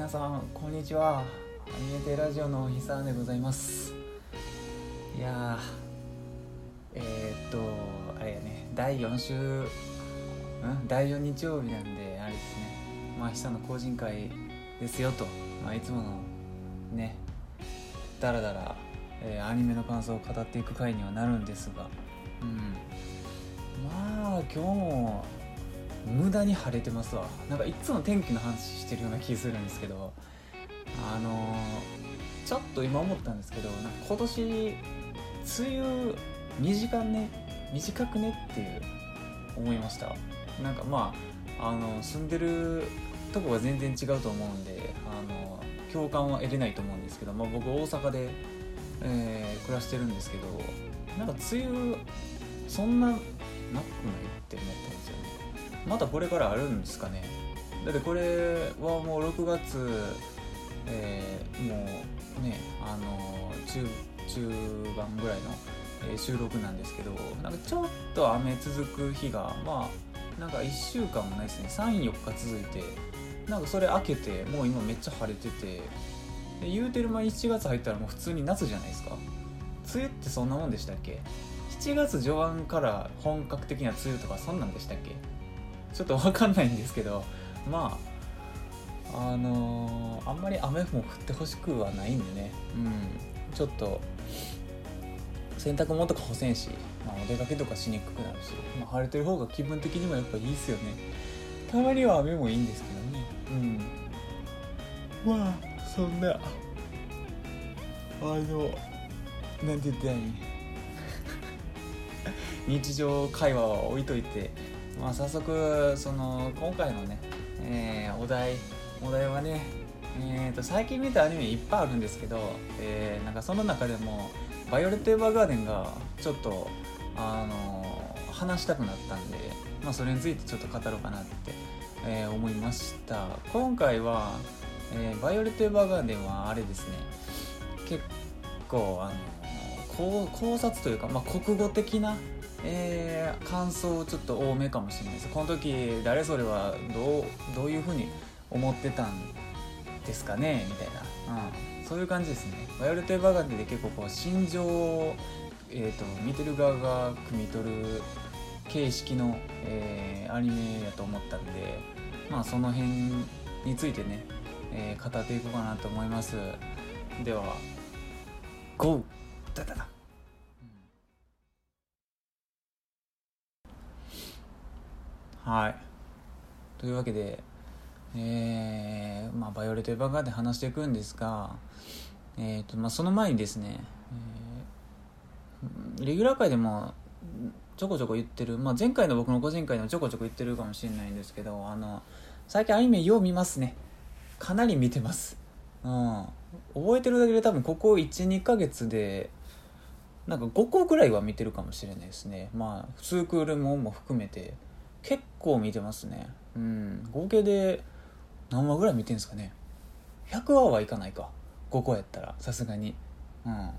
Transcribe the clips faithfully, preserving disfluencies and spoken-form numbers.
皆さんこんにちは。アニメテラジオのひさでございます。いやーえー、っとあれやねだいよん週んだいよん日曜日なんであれですね、まあひさの個人会ですよと、まあ、いつものねだらだら、えー、アニメの感想を語っていく回にはなるんですが、うんまあ今日も無駄に晴れてますわ。なんかいつも天気の話してるような気するんですけど、あのー、ちょっと今思ったんですけど、なんか今年梅雨短ね短くねっていう思いました。なんかまああの住んでるとこが全然違うと思うんで、あの共感は得れないと思うんですけど、まあ、僕大阪で、えー、暮らしてるんですけど、なんか梅雨そんななくないって思ったんですよね。まだこれからあるんですかね。だってこれはもうろくがつ、えー、もうねあの 中, 中盤ぐらいの、えー、収録なんですけど、なんかちょっと雨続く日がまあなんかいっしゅうかんもないですね。さん、よっか続いて、なんかそれ明けてもう今めっちゃ晴れてて、で言うてる間にしちがつ入ったらもう普通に夏じゃないですか。梅雨ってそんなもんでしたっけ？しちがつ序盤から本格的な梅雨とかそんなんでしたっけ？ちょっと分かんないんですけど、まああのー、あんまり雨も降ってほしくはないんでね、うん、ちょっと洗濯物とか干せんし、まあ、お出かけとかしにくくなるし、まあ、晴れてる方が気分的にもやっぱいいっすよね。たまには雨もいいんですけどね。うん。まあそんなあのなんて言ったらいい日常会話は置いといて、まあ、早速その今回のね、えー、お題お題はね、えー、と最近見たアニメいっぱいあるんですけど、えー、なんかその中でもバイオレット・エヴァーガーデンがちょっと、あのー、話したくなったんで、まあ、それについてちょっと語ろうかなって、えー、思いました。今回は、えー、バイオレット・エヴァーガーデンはあれですね、結構、あのー、考察というか、まあ、国語的なえー、感想ちょっと多めかもしれないです。この時誰それはどうどういう風に思ってたんですかねみたいな、うん、そういう感じですね。バイオレット・エヴァーガーデンで結構こう心情を、えー、と見てる側が汲み取る形式の、えー、アニメやと思ったんで、まあその辺についてね、えー、語っていこうかなと思います。では ゴー ダダダ。はい、というわけで、えーまあ、バイオレット・エヴァーガーデン話していくんですが、えーとまあ、その前にですね、えー、レギュラー界でもちょこちょこ言ってる、まあ、前回の僕の個人会でもちょこちょこ言ってるかもしれないんですけど、あの最近アニメよう見ますね。かなり見てます、うん、覚えてるだけで多分ここ いち,に ヶ月でなんかごこぐらいは見てるかもしれないですね。まあツークールもも含めて結構見てますね。うん、合計で何話ぐらい見てんですかね。ひゃくわはいかないか、ごこやったらさすがに、うん、なな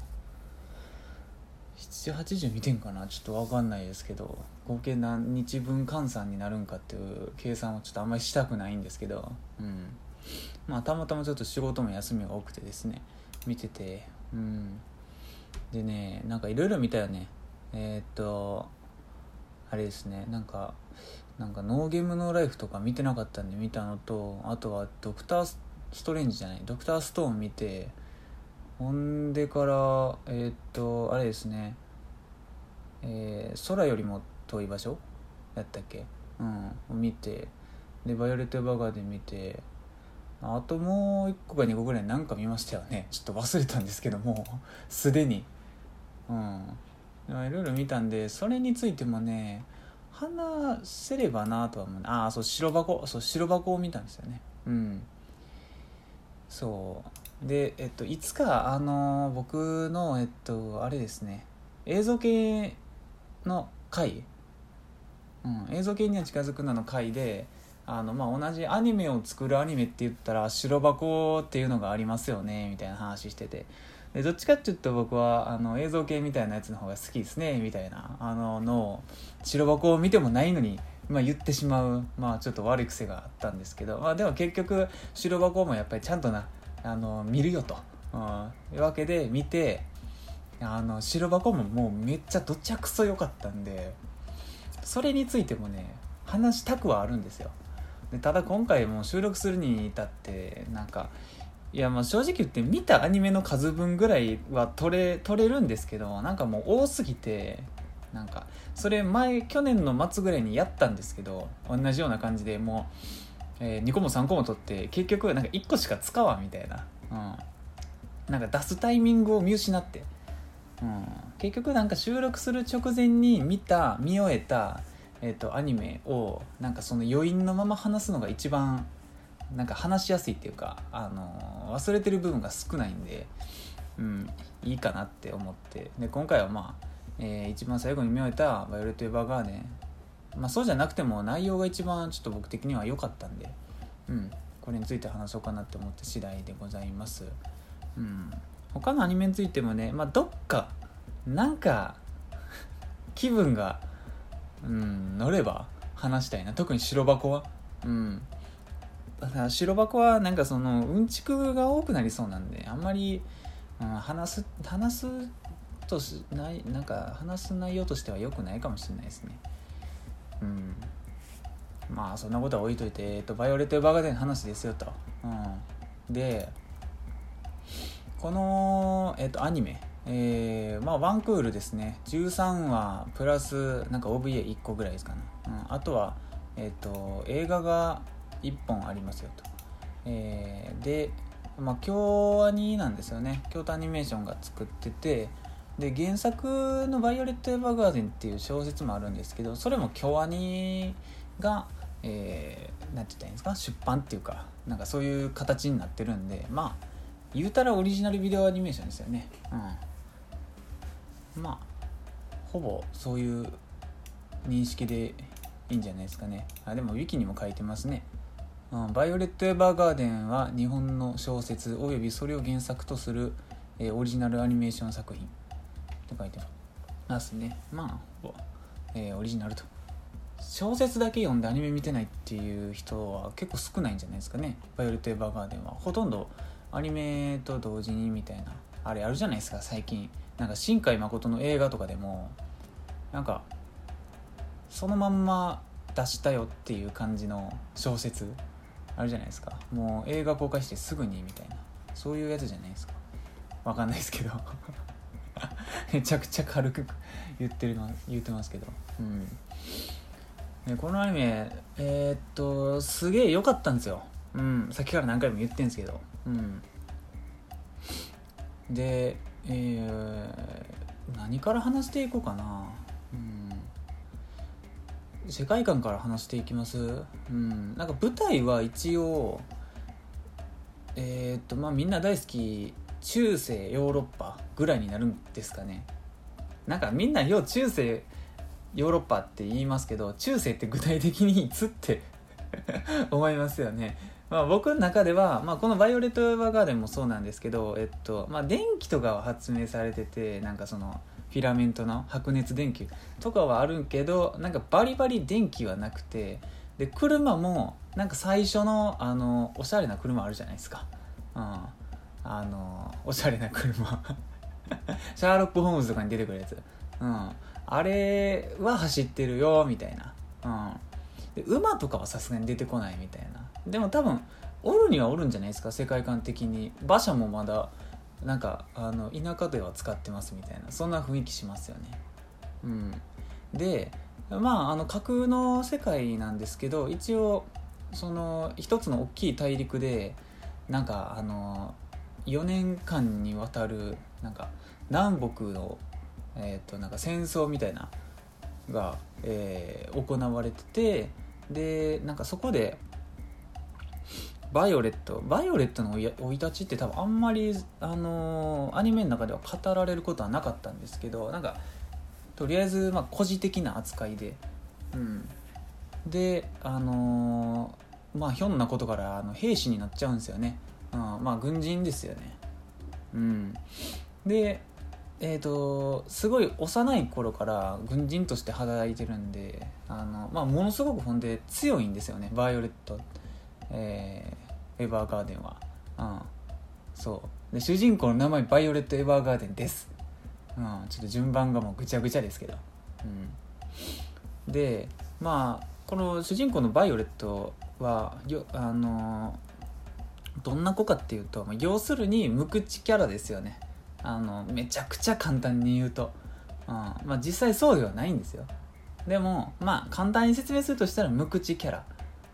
じゅうはちじゅう見てんかな、ちょっと分かんないですけど、合計何日分換算になるんかっていう計算はちょっとあんまりしたくないんですけど、うん、まあたまたまちょっと仕事も休みが多くてですね見てて、うんでね、なんかいろいろ見たよね。えー、っとあれですね、なんかなんかノーゲームノーライフとか見てなかったんで見たのと、あとはドクターストレンジじゃないドクターストーン見て、ほんでからえー、っとあれですね、えー、空よりも遠い場所やったっけ、うん見て、でバイオレット・エヴァーガーデン見て、あともういっこかにこぐらいなんか見ましたよね。ちょっと忘れたんですけどもすでに、うんいろいろ見たんで、それについてもね話せればなとは思う。ああそう白箱そう白箱を見たんですよね。うんそうで、えっといつかあの僕のえっとあれですね、映像系の回、うん、映像系には近づくなの回で、あの、まあ、同じアニメを作るアニメって言ったら白箱っていうのがありますよねみたいな話してて、でどっちかっていうと僕はあの映像系みたいなやつの方が好きですねみたいなあのの白箱を見てもないのにまあ、言ってしまう、まあ、ちょっと悪い癖があったんですけど、まあ、でも結局白箱もやっぱりちゃんとなあの見るよと、うん、いうわけで見て、あの白箱ももうめっちゃどちゃくそ良かったんで、それについてもね話したくはあるんですよ。でただ今回も収録するに至ってなんかいやまあ正直言って見たアニメの数分ぐらいは取れ取れるんですけど、なんかもう多すぎて、なんかそれ前去年の末ぐらいにやったんですけど、同じような感じでもう、えー、にこもさんこも取って結局なんかいっこしか使わんみたいな、うん、なんか出すタイミングを見失って、うん、結局なんか収録する直前に見た見終えた、えーと、アニメをなんかその余韻のまま話すのが一番なんか話しやすいっていうか、あのー、忘れてる部分が少ないんで、うん、いいかなって思って、で今回はまあえー、一番最後に見終えたバイオレット・エヴァーガーデン、まあ、そうじゃなくても内容が一番ちょっと僕的には良かったんで、うん、これについて話そうかなって思って次第でございます、うん、他のアニメについてもね、まあ、どっかなんか気分が、うん、乗れば話したいな。特に白箱は、うん、だから白箱はなんかそのうんちくが多くなりそうなんであんまり、うん、話す話すとしないなんか話す内容としては良くないかもしれないですね。うん。まあそんなことは置いといて、えっとバイオレット・エヴァーガーデンの話ですよと。うん。で、このえっとアニメ、えー、まあワンクールですね。じゅうさんわプラスなんか オーブイエーいっこぐらいですかな。うん。あとはえっと映画がいっぽんありますよと。えー、で、まあ京アニなんですよね。京都アニメーションが作ってて。で原作のバイオレット・エヴァーガーデンっていう小説もあるんですけど、それも京アニが、えー、なんて言ったらいいんですか、出版っていうかなんかそういう形になってるんで、まあ言うたらオリジナルビデオアニメーションですよね。うん、まあほぼそういう認識でいいんじゃないですかね。あでもウィキにも書いてますね。うん、バイオレット・エヴァーガーデンは日本の小説およびそれを原作とする、えー、オリジナルアニメーション作品って書いてますね。まあ、えー、オリジナルと。小説だけ読んでアニメ見てないっていう人は結構少ないんじゃないですかね。バイオレット・エヴァーガーデンはほとんどアニメと同時にみたいなあれあるじゃないですか最近。なんか新海誠の映画とかでもなんかそのまんま出したよっていう感じの小説あるじゃないですか。もう映画公開してすぐにみたいな、そういうやつじゃないですか。わかんないですけどめちゃくちゃ軽く言ってるの言ってますけど、うん、でこのアニメえー、っとすげえ良かったんですよ。うん、さっきから何回も言ってるんですけど、うん、で、えー、何から話していこうかな。うん、世界観から話していきます。うん、なんか舞台は一応えー、っとまあみんな大好き中世ヨーロッパぐらいになるんですかね。なんかみんなよう中世ヨーロッパって言いますけど、中世って具体的にいつって思いますよね。まあ、僕の中では、まあ、このバイオレット・エヴァーガーデンもそうなんですけど、えっとまあ、電気とかは発明されてて、なんかそのフィラメントの白熱電球とかはあるけど、なんかバリバリ電気はなくて、で車もなんか最初のあのおしゃれな車あるじゃないですか。うん、あのおしゃれな車シャーロック・ホームズとかに出てくるやつ、うん、あれは走ってるよみたいな、うん、で馬とかはさすがに出てこないみたいな。でも多分おるにはおるんじゃないですか、世界観的に。馬車もまだなんかあの田舎では使ってますみたいな、そんな雰囲気しますよね。うん、でまああの架空の世界なんですけど、一応その一つの大きい大陸でなんかあのよねんかんにわたるなんか南北の、えー、となんか戦争みたいなが、えー、行われてて、でなんかそこでバイオレットバイオレットの生い立ちって多分あんまり、あのー、アニメの中では語られることはなかったんですけど、なんかとりあえずまあ孤児的な扱いで、うん、であのー、まあひょんなことからあの兵士になっちゃうんですよね。うん、まあ軍人ですよね。うん、でえーとすごい幼い頃から軍人として働いてるんで、あの、まあ、ものすごくほんで強いんですよね、バイオレット、えー、エヴァーガーデンは、うん、そうで主人公の名前バイオレット・エヴァーガーデンです、うん、ちょっと順番がもうぐちゃぐちゃですけど、うん、でまあこの主人公のバイオレットはよあのどんな子かっていうと、要するに無口キャラですよね。あのめちゃくちゃ簡単に言うと、うん、まあ実際そうではないんですよ。でもまあ簡単に説明するとしたら無口キャラ、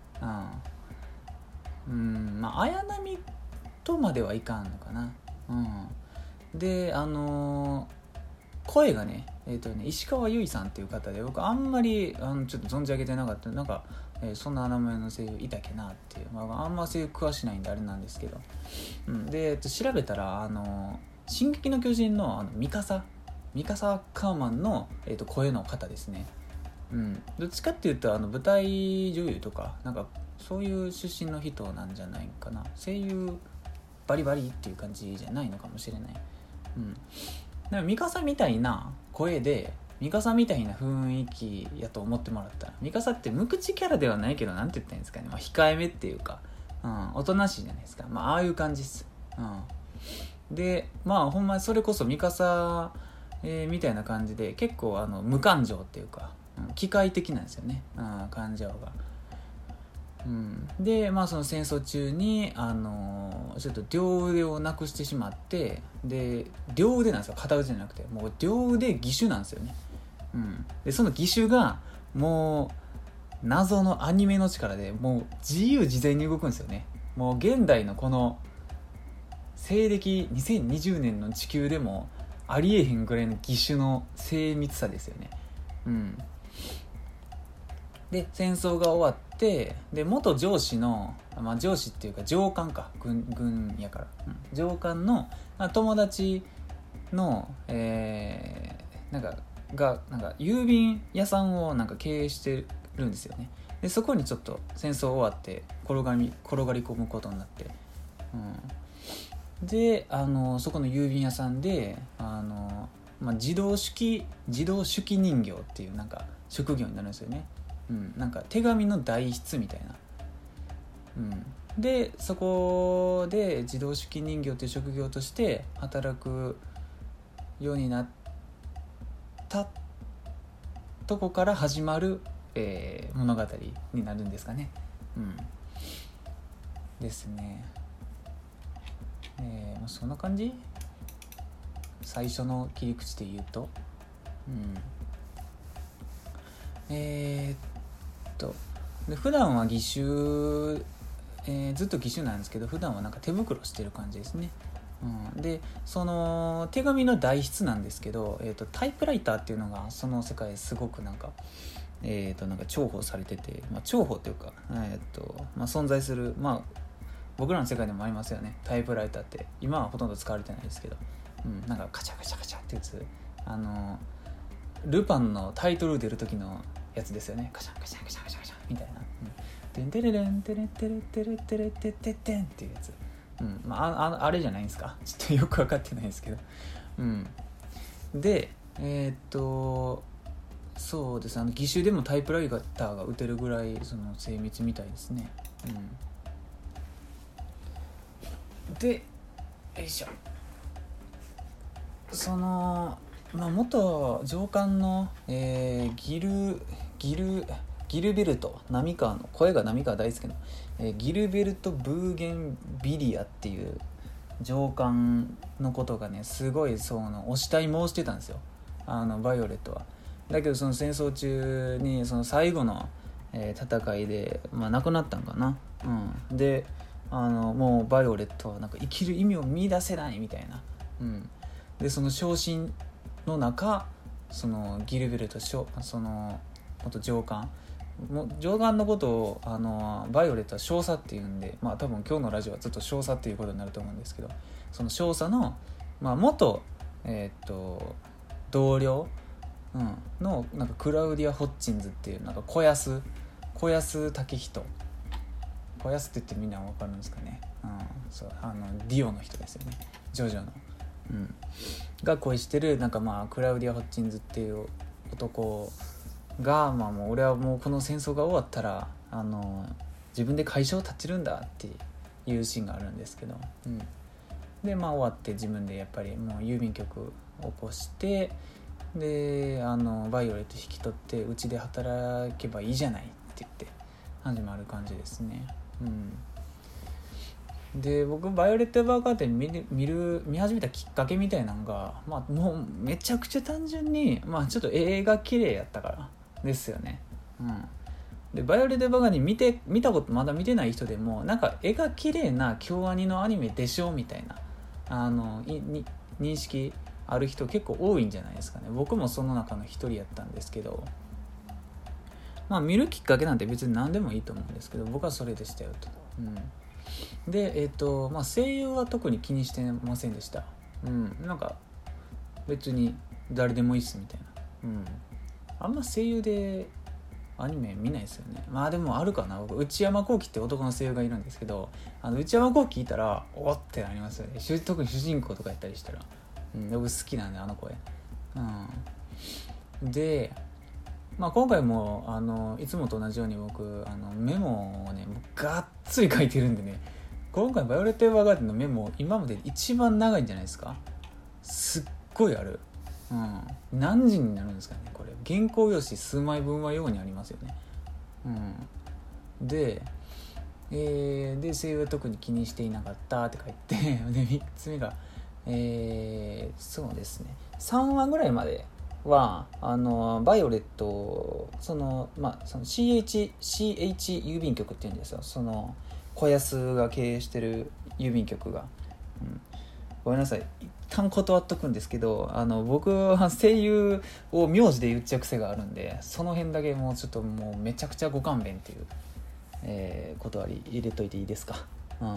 うん、うんまあ綾波とまではいかんのかな、うん、であのー、声がねえーとね石川由依さんっていう方で、僕あんまりあのちょっと存じ上げてなかった。なんか、えー、そんな名前の声優いたっけなっていう、まあ、あんま声優詳しないんであれなんですけど、うん、で、えー、と調べたらあのー進撃の巨人のあのミカサミカサ・カーマンの、えー、と声の方ですね、うん、どっちかっていうとあの舞台女優とかなんかそういう出身の人なんじゃないかな。声優バリバリっていう感じじゃないのかもしれない、うん、だからミカサみたいな声でミカサみたいな雰囲気やと思ってもらったら、ミカサって無口キャラではないけどなんて言ったらいいんですかね、まあ、控えめっていうか、うん、おとなしいじゃないですか、まあ、ああいう感じです、うんでまあほんまにそれこそミカサ、えー、みたいな感じで結構あの無感情っていうか、うん、機械的なんですよね、うん、感情が、うん、でまあその戦争中にあのー、ちょっと両腕をなくしてしまって、で両腕なんですよ、片腕じゃなくてもう両腕義手なんですよね、うん、でその義手がもう謎のアニメの力でもう自由自在に動くんですよね。もう現代のこの西暦にせんにじゅうねんの地球でもありえへんぐらいの義手の精密さですよね、うん、で戦争が終わってで元上司の、まあ、上司っていうか上官か 軍, 軍やから、うん、上官の、まあ、友達の、えー、なんかがなんか郵便屋さんをなんか経営してるんですよね。でそこにちょっと戦争終わって転がり転がり込むことになって、うん、であのそこの郵便屋さんであの、まあ、自動手記自動手記人形っていうなんか職業になるんですよね、うん、なんか手紙の代筆みたいな、うん、でそこで自動手記人形という職業として働くようになったとこから始まる、えー、物語になるんですかね、うん、ですね。えー、そんな感じ。最初の切り口で言うと、うん、えー、っとで普段は義手、えー、ずっと義手なんですけど、普段はなんか手袋してる感じですね、うん、でその手紙の代筆なんですけど、えー、とタイプライターっていうのがその世界すごくなんか、えー、となんか重宝されてて、まあ、重宝というか、えーとまあ、存在する、まあ僕らの世界でもありますよね、タイプライターって。今はほとんど使われてないですけど、うん、なんかカチャカチャカチャってやつ、あのルパンのタイトル出る時のやつですよね、カチャカチャカチャカチャカチャみたいな、テンテレレンテレテレテレテレテテテンっていうやつ、うんまあ、あ, あれじゃないんですか、ちょっとよく分かってないですけど、うん、でえー、っとそうです、あの義手でもタイプライターが打てるぐらいその精密みたいですね、うんで、よいしょ、その、まあ、元上官の、えー、ギルギルギルベルト浪川の声が浪川大輔の、えー、ギルベルト・ブーゲンビリアっていう上官のことがねすごいそのお慕い申してたんですよ、あのバイオレットは。だけどその戦争中にその最後の、えー、戦いで、まあ、亡くなったんかな、うん、であのもうバイオレットはなんか生きる意味を見出せないみたいな、うん、でその昇進の中そのギルベルトその元上官も上官のことをあのバイオレットは少佐っていうんで、まあ多分今日のラジオはずっと少佐っていうことになると思うんですけど、その少佐の、まあ、元、えー、っと同僚、うん、のなんかクラウディア・ホッチンズっていうなんか小安小安武人小安って言ってみんな分かるんですかね、うん、そうあのディオの人ですよね、ジョジョの、 うん、が恋してるなんかまあクラウディア・ホッチンズっていう男が、まあ、もう俺はもうこの戦争が終わったらあの自分で会社を立ちるんだっていうシーンがあるんですけど、うん、でまあ終わって自分でやっぱりもう郵便局を起こしてであのバイオレット引き取ってうちで働けばいいじゃないって言って始まる感じですね。うん、で僕バイオレット・エヴァーガーデン見る、見る見始めたきっかけみたいなのが、まあ、もうめちゃくちゃ単純に、まあ、ちょっと絵が綺麗やったからですよね。うん、でバイオレット・エヴァーガーデン見て見たことまだ見てない人でもなんか絵が綺麗な京アニのアニメでしょみたいなあのいに認識ある人結構多いんじゃないですかね。僕もその中の一人やったんですけど、まあ見るきっかけなんて別に何でもいいと思うんですけど僕はそれでしたよと。うん、でえっ、ー、とまあ声優は特に気にしてませんでした。うん、なんか別に誰でもいいっすみたいな。うん、あんま声優でアニメ見ないですよね。まあでもあるかな。僕内山聖輝って男の声優がいるんですけど、あの内山聖輝聞いたらおってなりますよね。特に主人公とかやったりしたら、うん、僕好きなんであの声。うん、で、まあ、今回もあのいつもと同じように僕あのメモをねもうがっつり書いてるんでね、今回バイオレット・エヴァーガーデンのメモ今まで一番長いんじゃないですか。すっごいある。うん、何時になるんですかねこれ。原稿用紙数枚分はようにありますよね。うん、で、えー、で声優は特に気にしていなかったって書いてでみっつめが、えー、そうですねさんわぐらいまではあのバイオレットその、まあ、その シーエイチ シーエイチ 郵便局っていうんですよ。その小安が経営してる郵便局が、うん、ごめんなさい一旦断っとくんですけどあの僕は声優を名字で言っちゃう癖があるんでその辺だけもうちょっともうめちゃくちゃご勘弁っていう、えー、断り入れといていいですか。うん、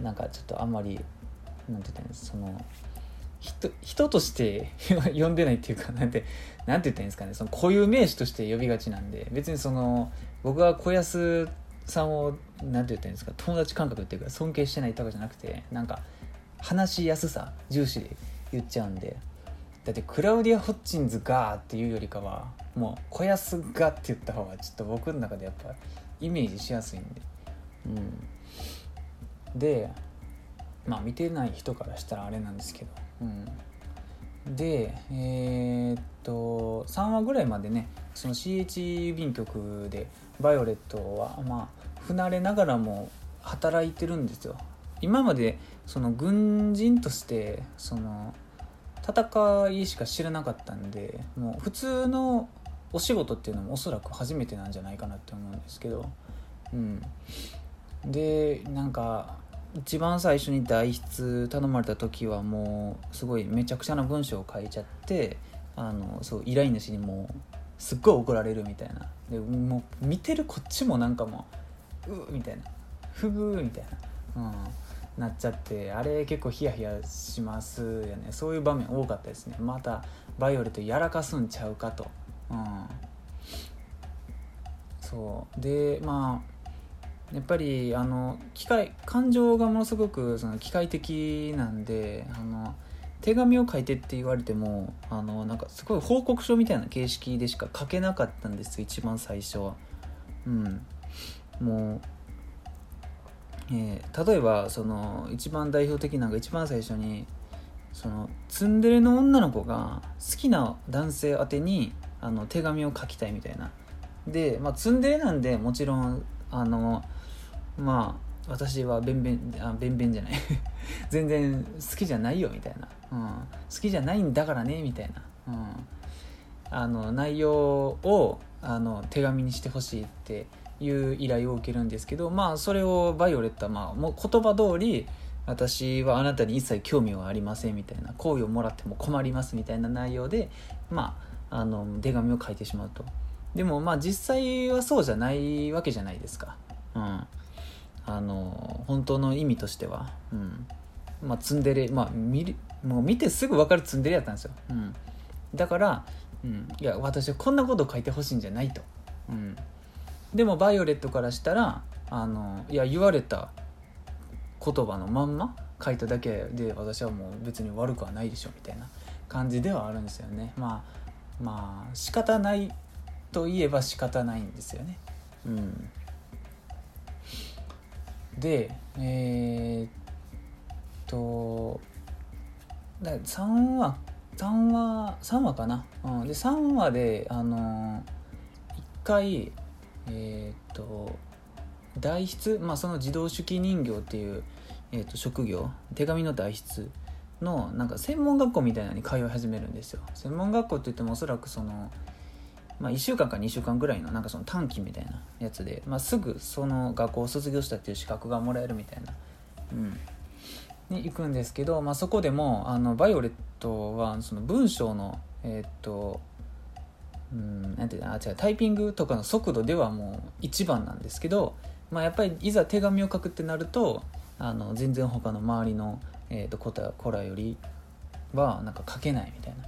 なんかちょっとあんまりなんて言ったんですその 人, 人として呼んでないっていうかなんてなんて言ったんですかねその固有名詞として呼びがちなんで別にその僕は小安さんをなんて言ったんですか友達感覚っていうか尊敬してないとかじゃなくてなんか話しやすさ重視で言っちゃうんでだってクラウディア・ホッチンズがーっていうよりかはもう小安がって言った方がちょっと僕の中でやっぱイメージしやすいんで、うん、でまあ見てない人からしたらあれなんですけど、うん、でえー、っとさんわぐらいまでねその シーエイチ 郵便局でバイオレットはまあ不慣れながらも働いてるんですよ。今までその軍人としてその戦いしか知らなかったんでもう普通のお仕事っていうのもおそらく初めてなんじゃないかなって思うんですけど、うん、でなんか一番最初に代筆頼まれた時はもうすごいめちゃくちゃな文章を書いちゃってあのそう依頼主にもうすっごい怒られるみたいなでもう見てるこっちもなんかもううみたいなふぐみたいな、うんなっちゃってあれ結構ヒヤヒヤしますよね。そういう場面多かったですね。またバイオレットやらかすんちゃうかと、うん、そうでまあやっぱりあの機械感情がものすごくその機械的なんであの手紙を書いてって言われてもあのなんかすごい報告書みたいな形式でしか書けなかったんです一番最初は。うんもうえー、例えばその一番代表的なのが一番最初にそのツンデレの女の子が好きな男性宛てにあの手紙を書きたいみたいなで、まあ、ツンデレなんでもちろんあのまあ私はベンベンあベンベンじゃない全然好きじゃないよみたいな、うん、好きじゃないんだからねみたいな、うん、あの内容をあの手紙にしてほしいっていう依頼を受けるんですけど、まあそれをバイオレットはまあもう言葉通り私はあなたに一切興味はありませんみたいな好意をもらっても困りますみたいな内容でまああの手紙を書いてしまうと。でもまあ実際はそうじゃないわけじゃないですか。うん。あの本当の意味としては、うん。まあツンデレまあ見るもう見てすぐ分かるツンデレやったんですよ。うん。だから、うん、いや私はこんなことを書いてほしいんじゃないと。うん。でもバイオレットからしたらあのいや言われた言葉のまんま書いただけで私はもう別に悪くはないでしょみたいな感じではあるんですよね。まあまあ仕方ないといえば仕方ないんですよね。うん、でえー、っとさんわ3話さんわかな、うん、でさんわであのー、いっかいえー、っと代筆、まあ、その自動手記人形っていう、えー、と職業、手紙の代筆のなんか専門学校みたいなのに通い始めるんですよ。専門学校って言ってもおそらくその、まあ、いっしゅうかんかにしゅうかんぐらいのなんかその短期みたいなやつで、まあ、すぐその学校を卒業したっていう資格がもらえるみたいな、うん、に行くんですけど、まあ、そこでもあのバイオレットはその文章のえー、っとうんなんていうのあ違うタイピングとかの速度ではもう一番なんですけど、まあ、やっぱりいざ手紙を書くってなるとあの全然他の周りの、えー、と子ら子らよりはなんか書けないみたいな、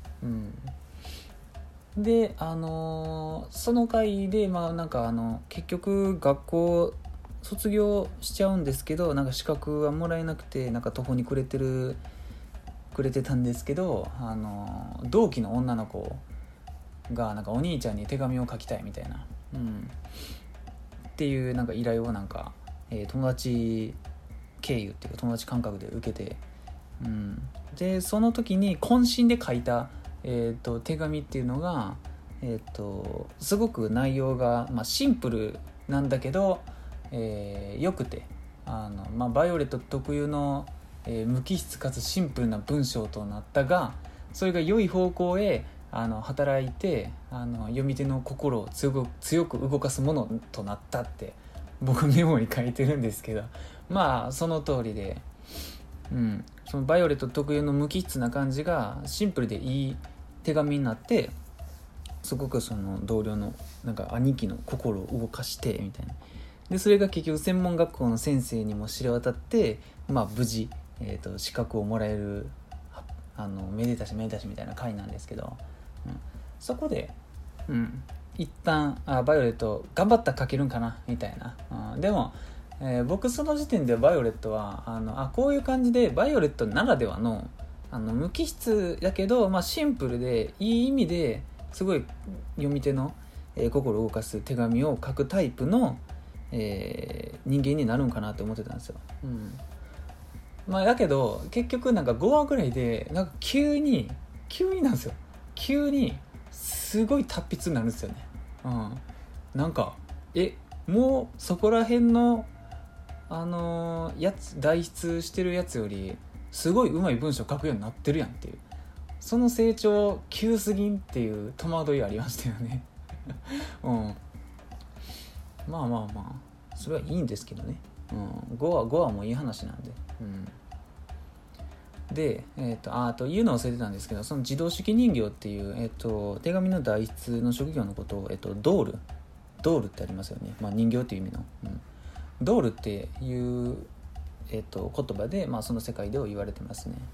うん、で、あのー、その回で、まあ、なんかあの結局学校卒業しちゃうんですけどなんか資格はもらえなくてなんか途方に暮れてるくれてたんですけど、あのー、同期の女の子がなんかお兄ちゃんに手紙を書きたいみたいな、うん、っていうなんか依頼をなんか、えー、友達経由っていうか友達感覚で受けて、うん、でその時に渾身で書いた、えー、と手紙っていうのが、えー、とすごく内容が、まあ、シンプルなんだけど、えー、よくてあの、まあ、バイオレット特有の、えー、無機質かつシンプルな文章となったがそれが良い方向へあの働いてあの読み手の心を強く、強く動かすものとなったって僕メモに書いてるんですけど、まあその通りで、うん、そのバイオレット特有の無機質な感じがシンプルでいい手紙になってすごくその同僚のなんか兄貴の心を動かしてみたいなでそれが結局専門学校の先生にも知れ渡って、まあ、無事、えーと、資格をもらえるあのめでたしめでたしみたいな回なんですけど、うん、そこで、うん、一旦あバイオレット頑張ったら書けるんかなみたいな、うん、でも、えー、僕その時点でバイオレットはあのあこういう感じでバイオレットならではの、あの無機質だけど、まあ、シンプルでいい意味ですごい読み手の、えー、心を動かす手紙を書くタイプの、えー、人間になるんかなって思ってたんですよ、うんまあ、だけど結局なんかごわぐらいでなんか急に急になんですよ急にすごい達筆になるんですよね、うん、なんかえもうそこら辺のあのー、やつ代筆してるやつよりすごい上手い文章書くようになってるやんっていうその成長急すぎんっていう戸惑いありましたよね、うん、まあまあまあそれはいいんですけどね、うん、ごわごわもいい話なんで、うんで、えー、とああと言うの忘れてたんですけどその自動手記人形っていう、えー、と手紙の代筆の職業のことを、えー、とドールドールってありますよね、まあ、人形っていう意味の、うん、ドールっていう、えー、と言葉で、まあ、その世界では言われてますね、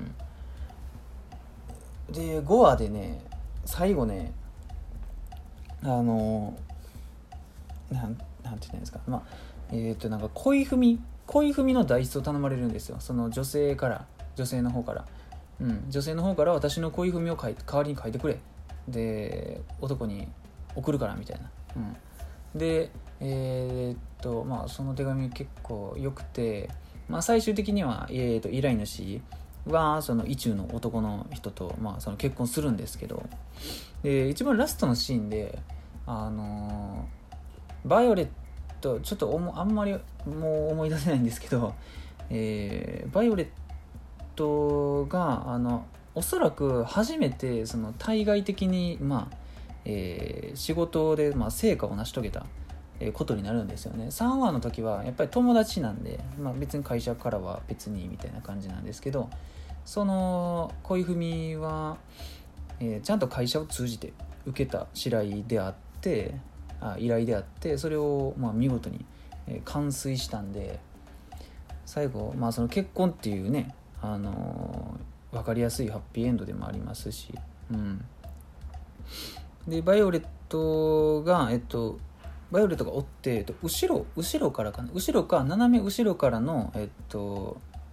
うん、でごわでね最後ねあのなんなんて言うんですかまあえっ、ー、となんか恋文恋文の代筆を頼まれるんですよその女性から女性の方から、うん、女性の方から私の恋文を書い代わりに書いてくれで男に送るからみたいな、うん、でえー、っとまあその手紙結構良くて、まあ、最終的には、えー、っと依頼主はその意中の男の人と、まあ、その結婚するんですけどで一番ラストのシーンであのー、バイオレットちょっとおもあんまりもう思い出せないんですけど、えー、バイオレットがあのおそらく初めてその対外的に、まあえー、仕事で、まあ、成果を成し遂げたことになるんですよね。さんわの時はやっぱり友達なんで、まあ、別に会社からは別にみたいな感じなんですけどその恋文は、えー、ちゃんと会社を通じて受けた依頼であってあ依頼であってそれを、まあ、見事に、えー、完遂したんで最後、まあ、その結婚っていうねあのー、分かりやすいハッピーエンドでもありますし、うん、でバイオレットがえっとバイオレットが追って、えっと、後ろ後ろからかな後ろか斜め後ろからのえっと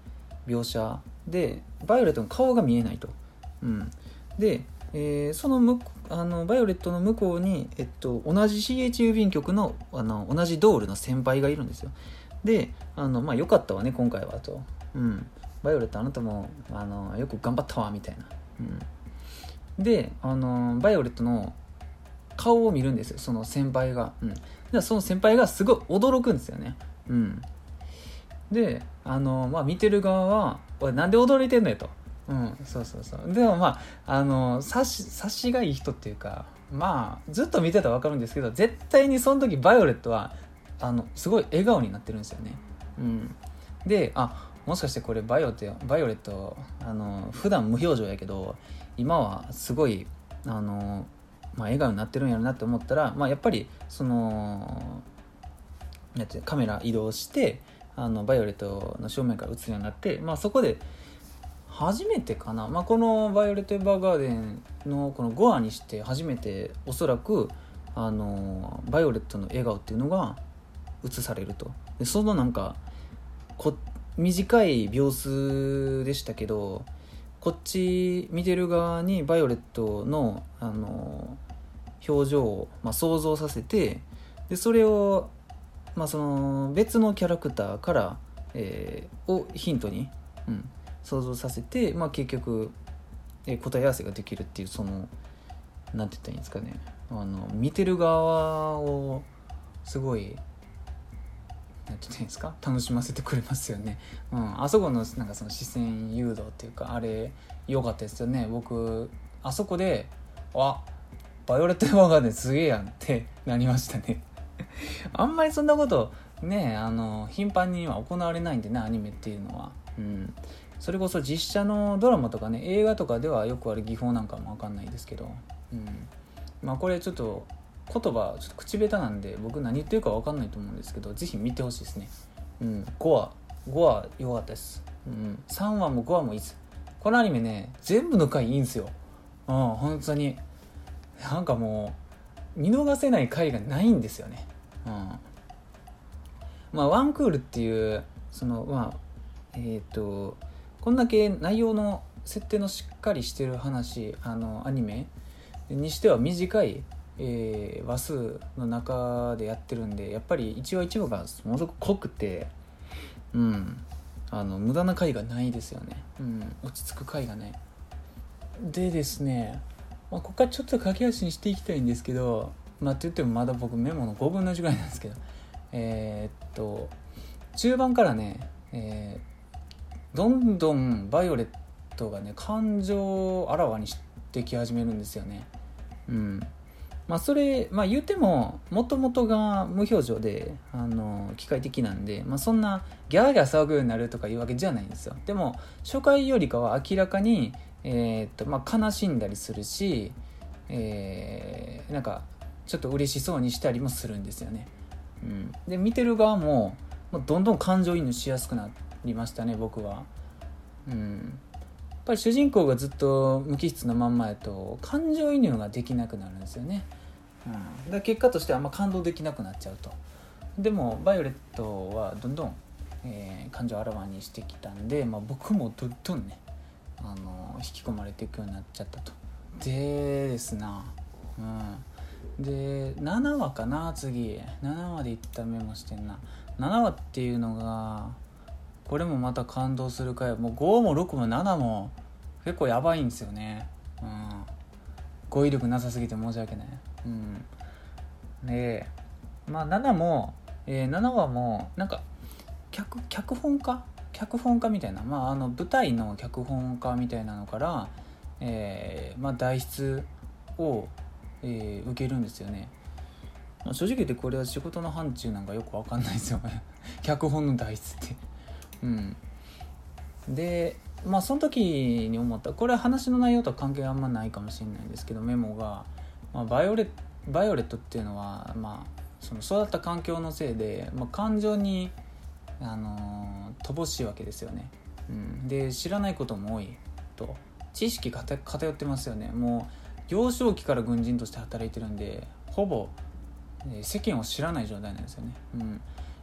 描写でバイオレットの顔が見えないと、うん、で、えー、その向あのバイオレットの向こうに、えっと、同じ シーエイチ 郵便局 の, あの同じドールの先輩がいるんですよ。であの、まあ、よかったわね今回はと、うん、バイオレットあなたもあのよく頑張ったわみたいな、うん、であのバイオレットの顔を見るんですよその先輩が、うん、でその先輩がすごい驚くんですよね、うん、であの、まあ、見てる側はおいなんで驚いてんのよと、うん、そうそうそう。でもまああの察し察しがいい人っていうか、まあずっと見てたら分かるんですけど、絶対にその時バイオレットはあのすごい笑顔になってるんですよね、うん、であもしかしてこれバイオってバイオレットあの普段無表情やけど今はすごいあの、まあ、笑顔になってるんやろなって思ったら、まあ、やっぱりそのなんてカメラ移動してあのバイオレットの正面から映るようになって、まあ、そこで初めてかな、まあ、このバイオレット・エヴァーガーデンのこのごわにして初めておそらくあのバイオレットの笑顔っていうのが映されると。でそのなんかこ短い秒数でしたけど、こっち見てる側にバイオレットの、あの表情を、まあ、想像させて、でそれを、まあ、その別のキャラクターから、えー、をヒントに、うん、想像させて、まあ、結局、えー、答え合わせができるっていう、そのなんて言ったらいいんですかね、あの見てる側をすごいなんて言うんですか、楽しませてくれますよね、うん、あそこのなんかその視線誘導っていうかあれ良かったですよね。僕あそこであバイオレット・エヴァーガーデンすげえやんってなりましたねあんまりそんなことねあの頻繁には行われないんでね、アニメっていうのは、うん、それこそ実写のドラマとかね映画とかではよくある技法なんかも分かんないですけど、うん、まあこれちょっと言葉ちょっと口下手なんで僕何言ってるか分かんないと思うんですけど、ぜひ見てほしいですね、うん、ごわごわ良かったです、うん、さんわもごわもいいです。このアニメね全部の回いいんですよ、うん、本当になんかもう見逃せない回がないんですよね、うん、まあワンクールっていうそのまあえっとこんだけ内容の設定のしっかりしてる話あのアニメにしては短いえー、話数の中でやってるんで、やっぱり一話一話がものすごく濃くて、うん、あの無駄な回がないですよね、うん、落ち着く回がね。でですね、まあ、ここからちょっと駆け足にしていきたいんですけど、まあって言ってもまだ僕メモのごぶんのいちぐらいなんですけど、えー、っと中盤からね、えー、どんどんバイオレットがね感情をあらわにしてき始めるんですよね、うんまあ、それ、まあ、言うてももともとが無表情であの機械的なんで、まあ、そんなギャーギャー騒ぐようになるとかいうわけじゃないんですよ。でも初回よりかは明らかに、えーっとまあ、悲しんだりするし、えー、なんかちょっと嬉しそうにしたりもするんですよね、うん、で見てる側もどんどん感情移入しやすくなりましたね僕は、うん、やっぱり主人公がずっと無機質なまんまやと感情移入ができなくなるんですよね、うん、だから結果としてあんま感動できなくなっちゃうと。でもバイオレットはどんどん、えー、感情をあらわにしてきたんで、まあ、僕もどんどんねあの引き込まれていくようになっちゃったと。でですな、うん、でななわかな、次ななわでいったメモしてんな。ななわっていうのがこれもまた感動する回、もうごもろくもななも結構やばいんですよね、うん、語彙力なさすぎて申し訳ない、うん、でまあななも、えー、ななわもなんか 脚, 脚本家脚本家みたいな、まあ、あの舞台の脚本家みたいなのから、えーまあ、代筆を、えー、受けるんですよね。まあ、正直言ってこれは仕事の範疇なんかよく分かんないですよね脚本の代筆ってうん、でまあその時に思った、これは話の内容とは関係あんまないかもしれないんですけど、メモが、まあ、バイオレバイオレットっていうのは、まあ、その育った環境のせいで、まあ、感情に、あのー、乏しいわけですよね、うん、で知らないことも多いと。知識偏ってますよね。もう幼少期から軍人として働いてるんでほぼ、えー、世間を知らない状態なんですよね、うん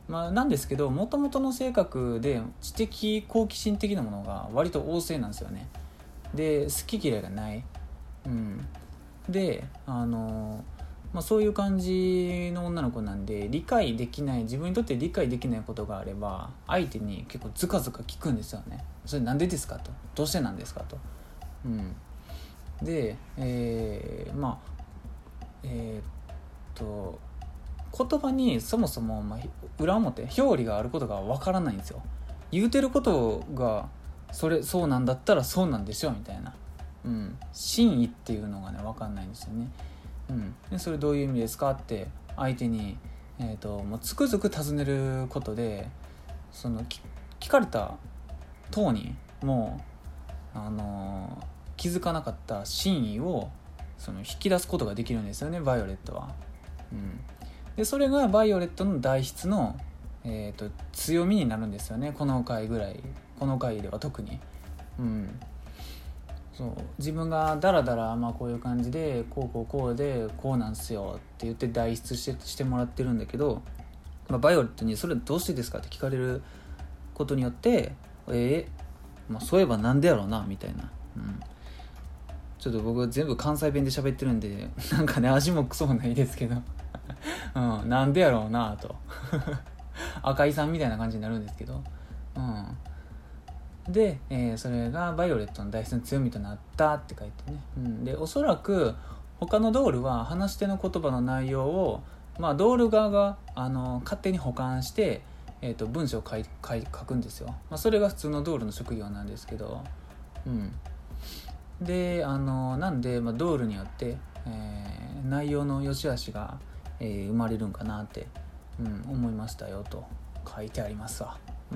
まあ、なんですけど、もともとの性格で知的好奇心的なものが割と旺盛なんですよね。で好き嫌いがない、うん、であの、まあ、そういう感じの女の子なんで、理解できない自分にとって理解できないことがあれば相手に結構ズカズカ聞くんですよね。それなんでですかと、どうしてなんですかと、うん、で、えー、まあえー、っと言葉にそもそも、まあ、裏表表裏があることがわからないんですよ。言うてることがそれそうなんだったらそうなんでしょみたいな、うん、真意っていうのがね分かんないんですよね、うん、でそれどういう意味ですかって相手に、えー、ともうつくづく尋ねることで、その聞かれた当人もう、あのー、気づかなかった真意をその引き出すことができるんですよね、バイオレットは、うん、でそれがバイオレットの代筆の、えー、と強みになるんですよね。この回ぐらいこの回では特に、うん、そう自分がダラダラ、まあ、こういう感じでこうこうこうでこうなんすよって言って代筆して、してもらってるんだけど、まあ、バイオレットにそれどうしてですかって聞かれることによってえー、まあ、そういえばなんでやろうなみたいな、うん、ちょっと僕全部関西弁で喋ってるんでなんかね味もクソもないですけどうん、なんでやろうなと赤井さんみたいな感じになるんですけど、うん、で、えー、それがバイオレットの代筆の強みとなったって書いてね、うん、でおそらく他のドールは話し手の言葉の内容を、まあ、ドール側があの勝手に保管して、えー、と文章を書い書い書くんですよ、まあ、それが普通のドールの職業なんですけど、うん、であのなんで、まあ、ドールによって、えー、内容の良し悪しがえー、生まれるんかなって、うん、思いましたよと書いてありますわ、うん、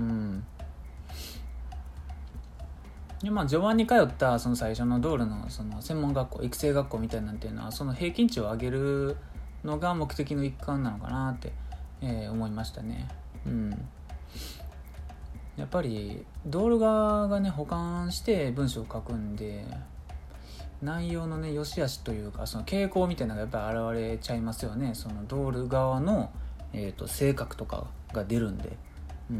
でまあ序盤に通ったその最初のドールのその専門学校育成学校みたいなんていうのはその平均値を上げるのが目的の一環なのかなって、えー、思いましたね、うん、やっぱりドール側がね保管して文章を書くんで内容のね良し悪しというかその傾向みたいなのがやっぱり現れちゃいますよね。そのドール側の、えーと、性格とかが出るんで、うん、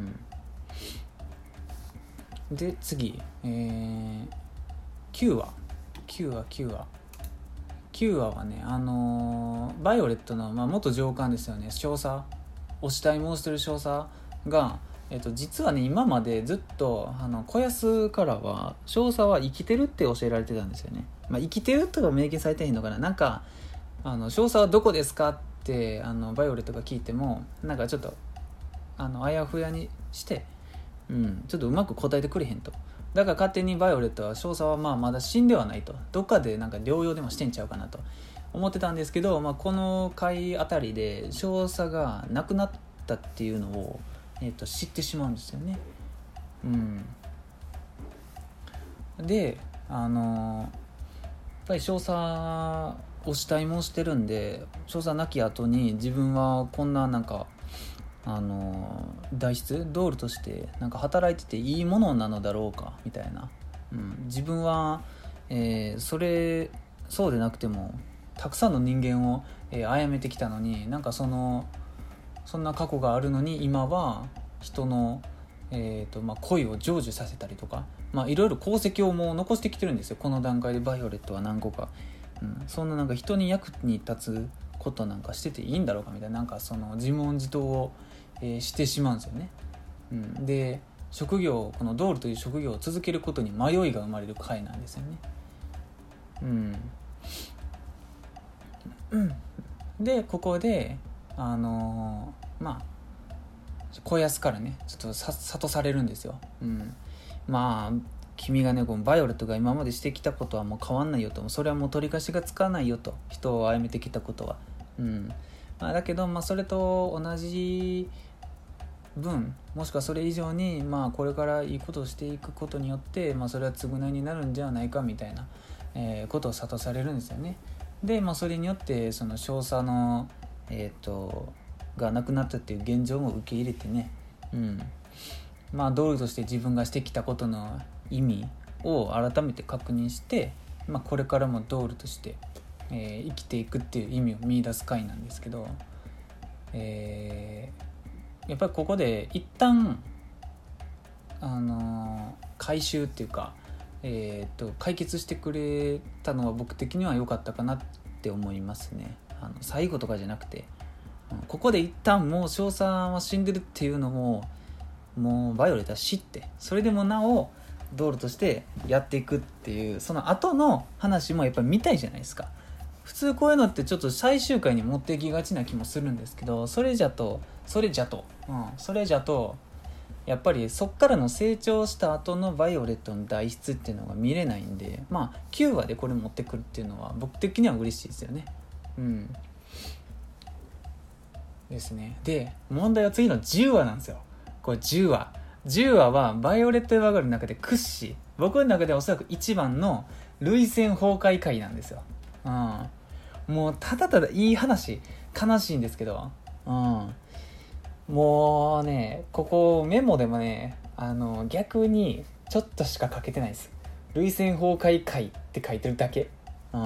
で次、えー、きゅうわきゅうわきゅうわきゅうわはねあのー、バイオレットの、まあ、元上官ですよね。少佐お慕い申してる少佐がえっと、実はね今までずっとあの小安からは少佐は生きてるって教えられてたんですよね。まあ、生きてるとか明言されてへんのかな。なんかあの少佐はどこですかってあのバイオレットが聞いてもなんかちょっとあのあやふやにして、うん、ちょっとうまく答えてくれへんと。だから勝手にバイオレットは少佐はまあまだ死んではないと、どっかでなんか療養でもしてんちゃうかなと思ってたんですけど、まあ、この回あたりで少佐が亡くなったっていうのをえー、と知ってしまうんですよね、うん、であのやっぱり少佐お慕いもしてるんで少佐亡き後に自分はこんななんかあの代筆ドールとしてなんか働いてていいものなのだろうかみたいな、うん、自分は、えー、それそうでなくてもたくさんの人間を、えー、殺めてきたのになんかそのそんな過去があるのに今は人の、えーとまあ、恋を成就させたりとか、まあ、いろいろ功績をもう残してきてるんですよ。この段階でバイオレットは何個か、うん、そんななんか人に役に立つことなんかしてていいんだろうかみたいな、なんかその自問自答を、えー、してしまうんですよね、うん、で職業このドールという職業を続けることに迷いが生まれる回なんですよね、うんうん、でここであのー、まあ小安からねちょっとさ諭されるんですよ、うん、まあ君がねこのバイオレットが今までしてきたことはもう変わんないよと、それはもう取り返しがつかないよと、人を殺めてきたことは、うんまあ、だけど、まあ、それと同じ分もしくはそれ以上に、まあ、これからいいことをしていくことによって、まあ、それは償いになるんじゃないかみたいな、えー、ことを諭されるんですよね。で、まあ、それによってその少佐のえっ、ー、とがなくなったっていう現状も受け入れてね、うん、まあドールとして自分がしてきたことの意味を改めて確認して、まあ、これからもドールとして、えー、生きていくっていう意味を見出す回なんですけど、えやっぱりここで一旦あの回収っていうか、えー、と解決してくれたのは僕的には良かったかなって思いますね。あの最後とかじゃなくて、ここで一旦もう翔さんは死んでるっていうのももうバイオレットは知って、それでもなおドールとしてやっていくっていう、その後の話もやっぱり見たいじゃないですか。普通こういうのってちょっと最終回に持っていきがちな気もするんですけど、それじゃとそれじゃと、うん、それじゃとやっぱりそっからの成長した後のバイオレットの代筆っていうのが見れないんで、まあきゅうわでこれ持ってくるっていうのは僕的には嬉しいですよね。うんですね。で問題は次のじゅうわなんですよ。これじゅうわじゅうわはバイオレット・エヴァーガールの中で屈指、僕の中ではおそらく一番の涙腺崩壊回なんですよ。うん、もうただただいい話、悲しいんですけど、うん、もうねここメモでもね、あの逆にちょっとしか書けてないです。涙腺崩壊回って書いてるだけ。うん、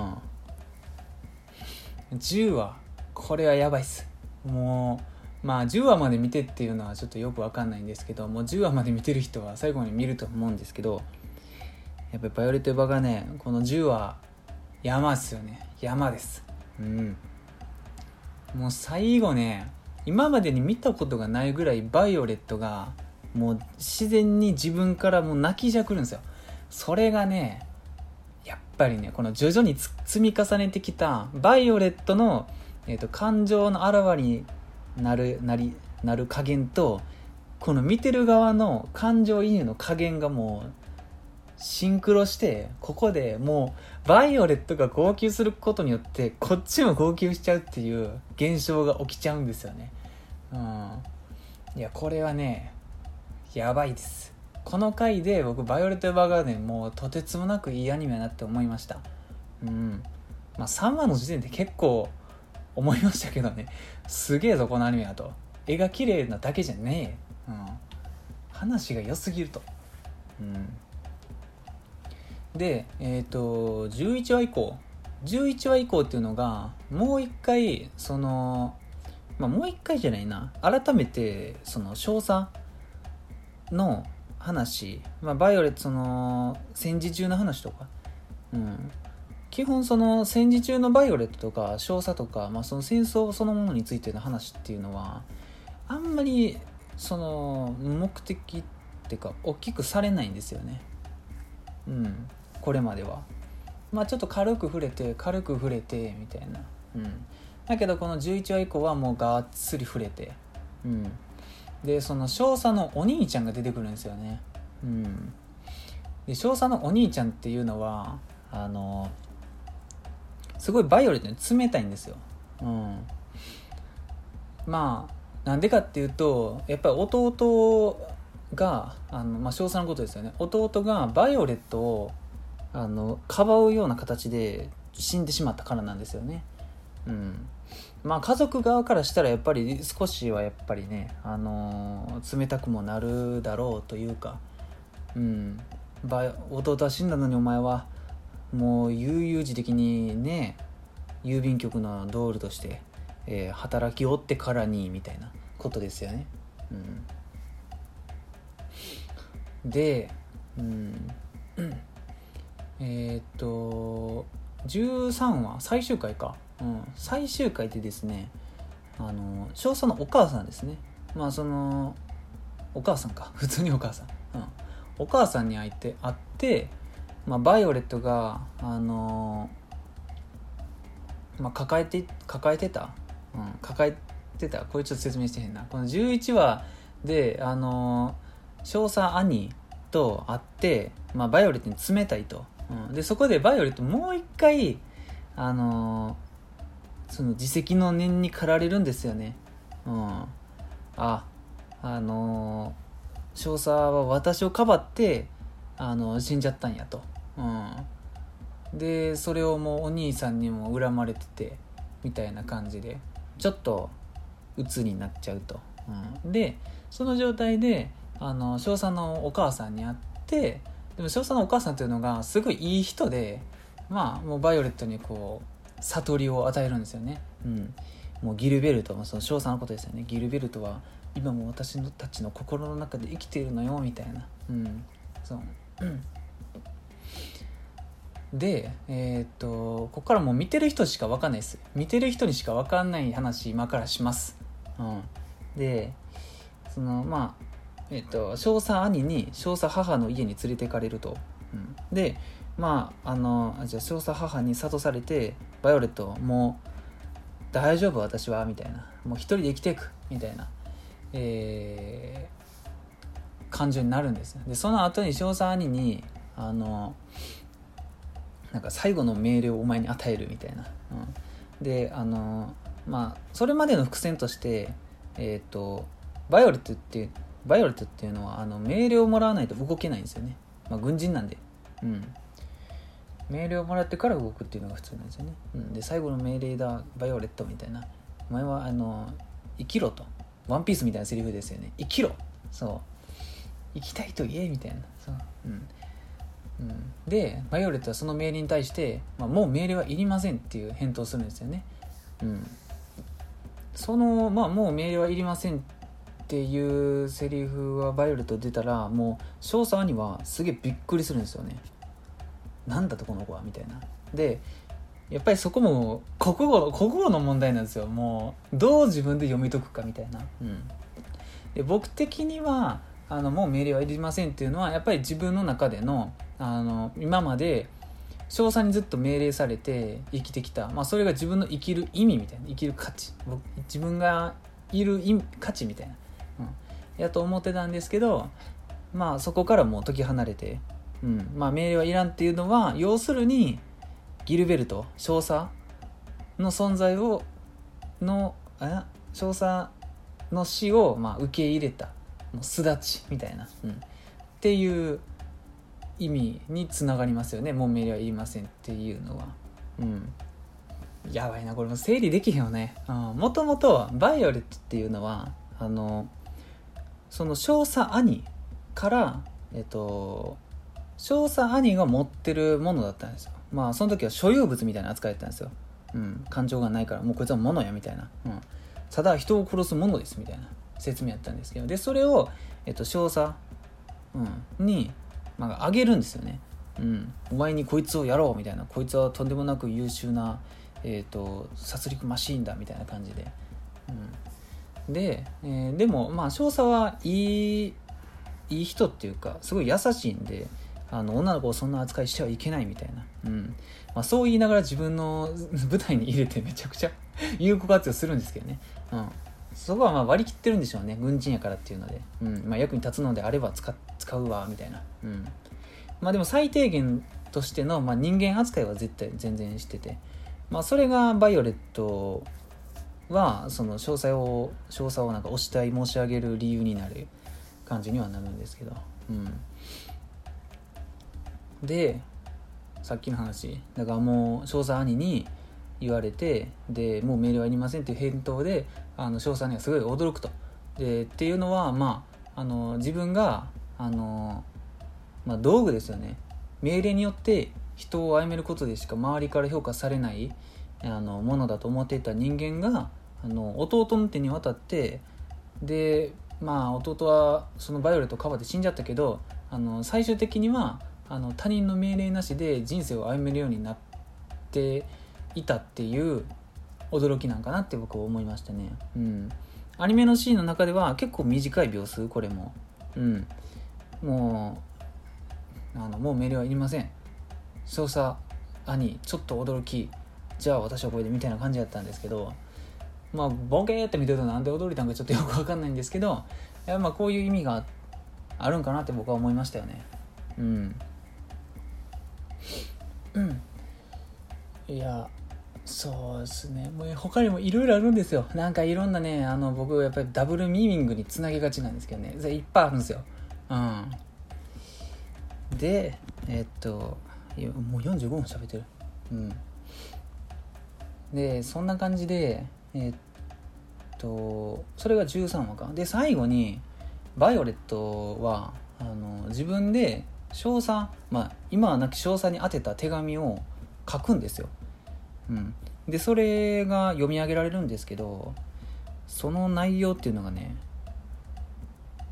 じゅうわこれはやばいっす。もうまあじゅうわまで見てっていうのはちょっとよくわかんないんですけど、もうじゅうわまで見てる人は最後に見ると思うんですけど、やっぱりバイオレット・エヴァがね、このじゅうわ山ですよね。山です。うん。もう最後ね、今までに見たことがないぐらいバイオレットがもう自然に自分からもう泣きじゃくるんですよ。それがね、やっぱりね、この徐々に積み重ねてきたバイオレットの、えーと、感情の表れになる、なり、なる加減と、この見てる側の感情移入の加減がもうシンクロして、ここでもうバイオレットが号泣することによってこっちも号泣しちゃうっていう現象が起きちゃうんですよね。うん、いやこれはねやばいです。この回で僕バイオレット・エヴァーガーデンもうとてつもなくいいアニメだなって思いました。うん、まあさんわの時点で結構思いましたけどね、すげえぞこのアニメだと、絵が綺麗なだけじゃねえ、うん、話が良すぎると。うんで、えーと、じゅういちわ以降じゅういちわ以降っていうのがもう一回その、まあ、もう一回じゃないな、改めてその少佐の話、まあ、バイオレットその戦時中の話とか、うん、基本その戦時中のバイオレットとか少佐とか、まあ、その戦争そのものについての話っていうのはあんまりその目的っていうか大きくされないんですよね。うん、これまではまあちょっと軽く触れて軽く触れてみたいな、うん、だけどこのじゅういちわ以降はもうがっつり触れて、うん、でその少佐のお兄ちゃんが出てくるんですよね。うん、で少佐のお兄ちゃんっていうのはあのすごいバイオレットに冷たいんですよ。うん、まあなんでかっていうとやっぱり弟があの、まあ、少佐のことですよね。弟がバイオレットをあのかばうような形で死んでしまったからなんですよね。うん、まあ家族側からしたらやっぱり少しはやっぱりね、あのー、冷たくもなるだろうというか、うん、弟は死んだのにお前はもう悠々自適にね郵便局のドールとして、えー、働き終ってからにみたいなことですよね。うん、で、うん、えー、っとじゅうさんわ最終回か、うん、最終回でですね、あの少佐のお母さんですね、まあそのお母さんか普通にお母さん、うん、お母さんに会って会って、まあ、バイオレットがあの、まあ、抱えて抱えてた、うん、抱えてたこれちょっと説明してへんな。このじゅういちわであの少佐兄と会って、まあ、バイオレットに冷たいと、うん、でそこでバイオレットもう一回あのー、その自責の念に駆られるんですよね。うん、ああのー、少佐は私をかばってあの死んじゃったんやと、うん、でそれをもうお兄さんにも恨まれててみたいな感じでちょっと鬱になっちゃうと、うん、でその状態であの少佐のお母さんに会って、でも少佐のお母さんというのがすごいいい人で、まあもうバイオレットにこう悟りを与えるんですよね。うん、もうギルベルト、その少佐のことですよね。ギルベルトは今も私たちの心の中で生きているのよみたいな、うん、そう、うん、でえー、っとここからもう見てる人しか分かんないです。見てる人にしか分かんない話今からします、うん、でそのまあえー、っと少佐兄に少佐母の家に連れてかれると、うん、でまああのじゃあ少佐母に諭されて、バイオレットもう大丈夫私はみたいな、もう一人で生きていくみたいな、えー、感情になるんですよ。でその後に少佐兄にあのなんか最後の命令をお前に与えるみたいな、うん、であのまあそれまでの伏線としてえっ、ー、とバイオレットってバイオレットっていうのはあの命令をもらわないと動けないんですよね。まあ軍人なんで、うん、命令をもらってから動くっていうのが普通なんですよね、うん、で最後の命令だバイオレットみたいな、お前はあの生きろと、ワンピースみたいなセリフですよね。生きろ、そう生きたいと言えみたいな、そう、うんうん、でバイオレットはその命令に対して、まあ、もう命令はいりませんっていう返答をするんですよね、うん、その、まあ、もう命令はいりませんっていうセリフはバイオレット出たら、もう少佐兄はすげえびっくりするんですよね。なんだとこの子はみたいな。でやっぱりそこも国語国語の問題なんですよ。もうどう自分で読み解くかみたいな、うん、で僕的にはあのもう命令はいりませんっていうのはやっぱり自分の中での、あの今まで少佐にずっと命令されて生きてきた、まあ、それが自分の生きる意味みたいな、生きる価値、僕自分がいる意味価値みたいな、うん、やと思ってたんですけど、まあそこからもう時離れて、うんまあ、命令はいらんっていうのは要するにギルベルト少佐の存在をのあ少佐の死をまあ受け入れた、もう巣立ちみたいな、うん、っていう意味につながりますよね。もう命令はいりませんっていうのは、うん、やばいなこれも整理できへんよね。もともとバイオレットっていうのはあのその少佐兄からえっと少佐兄が持ってるものだったんですよ。まあその時は所有物みたいな扱いだったんですよ、うん、感情がないからもうこいつは物やみたいな、うん、ただ人を殺すものですみたいな説明やったんですけど、でそれを、えっと、少佐、うん、に、まあ、あげるんですよね、うん、お前にこいつをやろうみたいな、こいつはとんでもなく優秀な、えっと、殺戮マシーンだみたいな感じで、うん、で、えー、でもまあ少佐はいいいい人っていうかすごい優しいんで、あの女の子をそんな扱いしてはいけないみたいな、うんまあ、そう言いながら自分の舞台に入れてめちゃくちゃ有効活用するんですけどね、うん、そこはまあ割り切ってるんでしょうね、軍人やからっていうので、うんまあ、役に立つのであれば 使, 使うわみたいな、うんまあ、でも最低限としての、まあ、人間扱いは絶対全然してて、まあ、それがバイオレットはその詳細を詳細をなんかお慕い申し上げる理由になる感じにはなるんですけど、うんでさっきの話だからもう少佐兄に言われて、でもう命令はいりませんっていう返答で、あの少佐兄はすごい驚くと。でっていうのはまああの自分があの、まあ、道具ですよね。命令によって人を殺めることでしか周りから評価されないあのものだと思っていた人間があの弟の手に渡って、でまあ弟はそのバイオレットをかばって死んじゃったけど、あの最終的にはあの他人の命令なしで人生を歩めるようになっていたっていう驚きなんかなって僕は思いましたね、うん、アニメのシーンの中では結構短い秒数、これも、うん、もうあのもう命令はいりません、少佐兄ちょっと驚き、じゃあ私はこれでみたいな感じだったんですけど、まあボケーって見てるとなんで驚いたんかちょっとよく分かんないんですけど、やっぱまあこういう意味があるんかなって僕は思いましたよね。うんうん、いやそうですね、もう他にもいろいろあるんですよ。なんかいろんなね、あの僕やっぱりダブルミーニングにつなげがちなんですけどね、いっぱいあるんですよ、うん、でえー、っともうよんじゅうごふん喋ってる、うん、でそんな感じでえー、っとそれがじゅうさんわかで、最後にバイオレットはあの自分で少佐、まあ今は亡き少佐に宛てた手紙を書くんですよ、うん、でそれが読み上げられるんですけど、その内容っていうのがね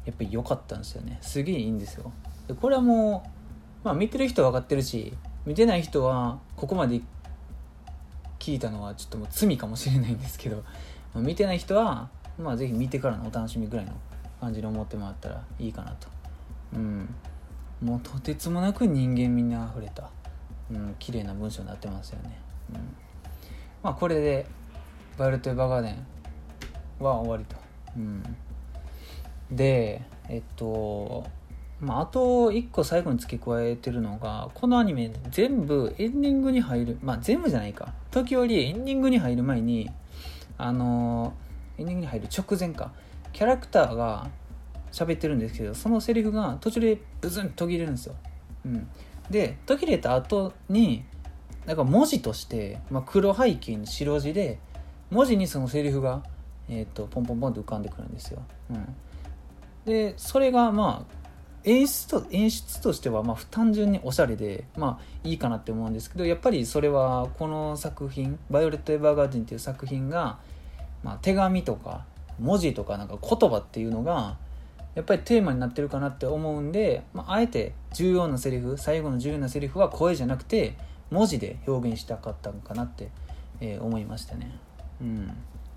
やっぱり良かったんですよね。すげえいいんですよ。でこれはもう、まあ、見てる人は分かってるし、見てない人はここまで聞いたのはちょっともう罪かもしれないんですけど、まあ、見てない人は、まあ、ぜひ見てからのお楽しみぐらいの感じで思ってもらったらいいかなと。うんもうとてつもなく人間味にあふれた、うん、綺麗な文章になってますよね。うんまあ、これでバイオレット・エヴァーガーデンは終わりと。うん、でえっとまあ、あといっこ最後に付け加えてるのが、このアニメ全部エンディングに入る、まあ全部じゃないか、時折エンディングに入る前にあのエンディングに入る直前か、キャラクターが喋ってるんですけど、そのセリフが途中でブズンと途切れるんですよ。うん、で途切れた後になんか文字として、まあ、黒背景に白字で文字にそのセリフが、えー、とポンポンポンって浮かんでくるんですよ。うん、でそれがまあ演出と演出としてはまあ単純におしゃれでまあいいかなって思うんですけど、やっぱりそれはこの作品バイオレット・エヴァーガーデンっていう作品が、まあ、手紙とか文字とかなんか言葉っていうのがやっぱりテーマになってるかなって思うんで、まあ、あえて重要なセリフ、最後の重要なセリフは声じゃなくて文字で表現したかったのかなって、えー、思いましたね。うん、